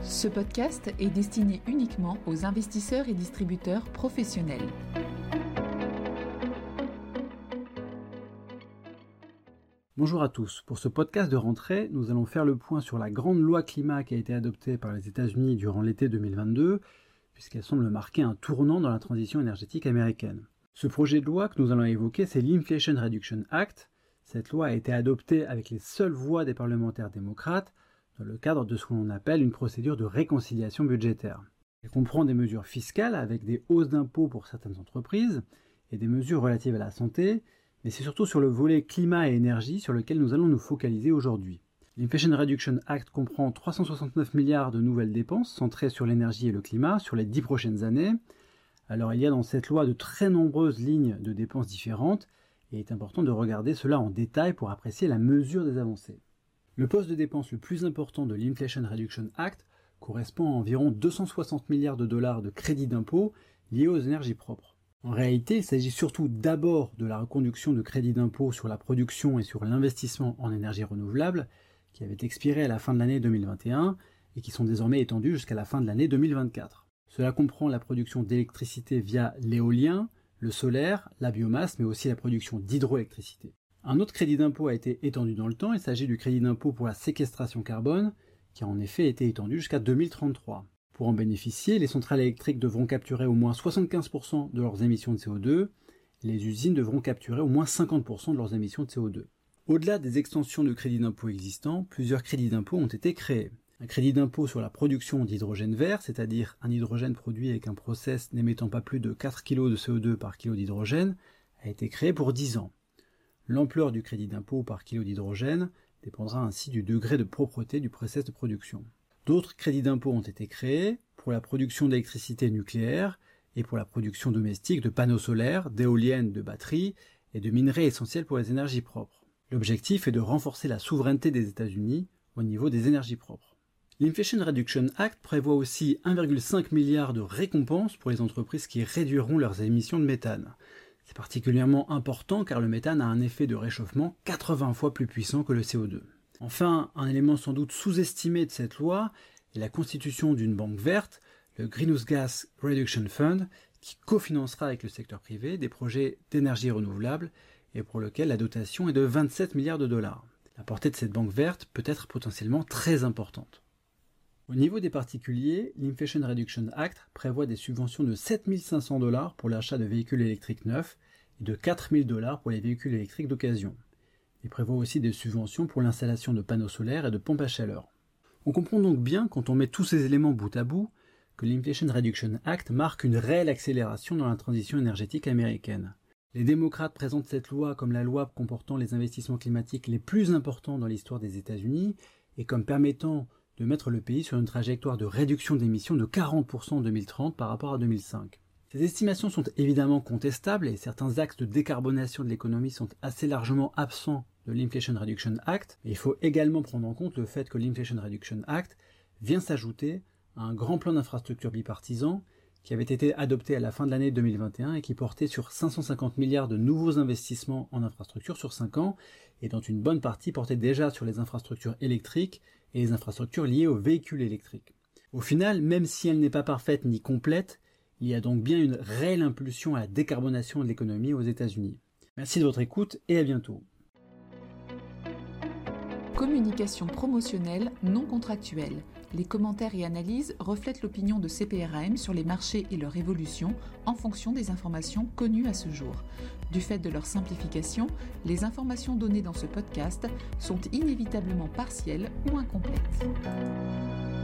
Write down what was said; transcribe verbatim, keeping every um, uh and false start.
Ce podcast est destiné uniquement aux investisseurs et distributeurs professionnels. Bonjour à tous. Pour ce podcast de rentrée, nous allons faire le point sur la grande loi climat qui a été adoptée par les États-Unis durant l'été deux mille vingt-deux, puisqu'elle semble marquer un tournant dans la transition énergétique américaine. Ce projet de loi que nous allons évoquer, c'est l'Inflation Reduction Act. Cette loi a été adoptée avec les seules voix des parlementaires démocrates dans le cadre de ce que l'on appelle une procédure de réconciliation budgétaire. Elle comprend des mesures fiscales avec des hausses d'impôts pour certaines entreprises et des mesures relatives à la santé, mais c'est surtout sur le volet climat et énergie sur lequel nous allons nous focaliser aujourd'hui. L'Inflation Reduction Act comprend trois cent soixante-neuf milliards de nouvelles dépenses centrées sur l'énergie et le climat sur les dix prochaines années. Alors il y a dans cette loi de très nombreuses lignes de dépenses différentes et il est important de regarder cela en détail pour apprécier la mesure des avancées. Le poste de dépense le plus important de l'Inflation Reduction Act correspond à environ deux cent soixante milliards de dollars de crédits d'impôt liés aux énergies propres. En réalité, il s'agit surtout d'abord de la reconduction de crédits d'impôt sur la production et sur l'investissement en énergie renouvelable qui avaient expiré à la fin de l'année deux mille vingt et un et qui sont désormais étendus jusqu'à la fin de l'année deux mille vingt-quatre. Cela comprend la production d'électricité via l'éolien, le solaire, la biomasse, mais aussi la production d'hydroélectricité. Un autre crédit d'impôt a été étendu dans le temps, il s'agit du crédit d'impôt pour la séquestration carbone, qui a en effet été étendu jusqu'à deux mille trente-trois. Pour en bénéficier, les centrales électriques devront capturer au moins soixante-quinze pour cent de leurs émissions de C O deux, et les usines devront capturer au moins cinquante pour cent de leurs émissions de C O deux. Au-delà des extensions de crédits d'impôt existants, plusieurs crédits d'impôt ont été créés. Un crédit d'impôt sur la production d'hydrogène vert, c'est-à-dire un hydrogène produit avec un process n'émettant pas plus de quatre kilos de C O deux par kilo d'hydrogène, a été créé pour dix ans. L'ampleur du crédit d'impôt par kilo d'hydrogène dépendra ainsi du degré de propreté du process de production. D'autres crédits d'impôt ont été créés pour la production d'électricité nucléaire et pour la production domestique de panneaux solaires, d'éoliennes, de batteries et de minerais essentiels pour les énergies propres. L'objectif est de renforcer la souveraineté des États-Unis au niveau des énergies propres. L'Inflation Reduction Act prévoit aussi un virgule cinq milliard de récompenses pour les entreprises qui réduiront leurs émissions de méthane. C'est particulièrement important car le méthane a un effet de réchauffement quatre-vingts fois plus puissant que le C O deux. Enfin, un élément sans doute sous-estimé de cette loi est la constitution d'une banque verte, le Greenhouse Gas Reduction Fund, qui cofinancera avec le secteur privé des projets d'énergie renouvelable et pour lequel la dotation est de vingt-sept milliards de dollars. La portée de cette banque verte peut être potentiellement très importante. Au niveau des particuliers, l'Inflation Reduction Act prévoit des subventions de sept mille cinq cents dollars pour l'achat de véhicules électriques neufs et de quatre mille dollars pour les véhicules électriques d'occasion. Il prévoit aussi des subventions pour l'installation de panneaux solaires et de pompes à chaleur. On comprend donc bien, quand on met tous ces éléments bout à bout, que l'Inflation Reduction Act marque une réelle accélération dans la transition énergétique américaine. Les démocrates présentent cette loi comme la loi comportant les investissements climatiques les plus importants dans l'histoire des États-Unis et comme permettant de mettre le pays sur une trajectoire de réduction d'émissions de quarante pour cent en deux mille trente par rapport à deux mille cinq. Ces estimations sont évidemment contestables et certains axes de décarbonation de l'économie sont assez largement absents de l'Inflation Reduction Act. Et il faut également prendre en compte le fait que l'Inflation Reduction Act vient s'ajouter à un grand plan d'infrastructure bipartisan qui avait été adopté à la fin de l'année deux mille vingt et un et qui portait sur cinq cent cinquante milliards de nouveaux investissements en infrastructure sur cinq ans et dont une bonne partie portait déjà sur les infrastructures électriques et les infrastructures liées aux véhicules électriques. Au final, même si elle n'est pas parfaite ni complète, il y a donc bien une réelle impulsion à la décarbonation de l'économie aux États-Unis. Merci de votre écoute et à bientôt. Communication promotionnelle non contractuelle. Les commentaires et analyses reflètent l'opinion de C P R A M sur les marchés et leur évolution en fonction des informations connues à ce jour. Du fait de leur simplification, les informations données dans ce podcast sont inévitablement partielles ou incomplètes.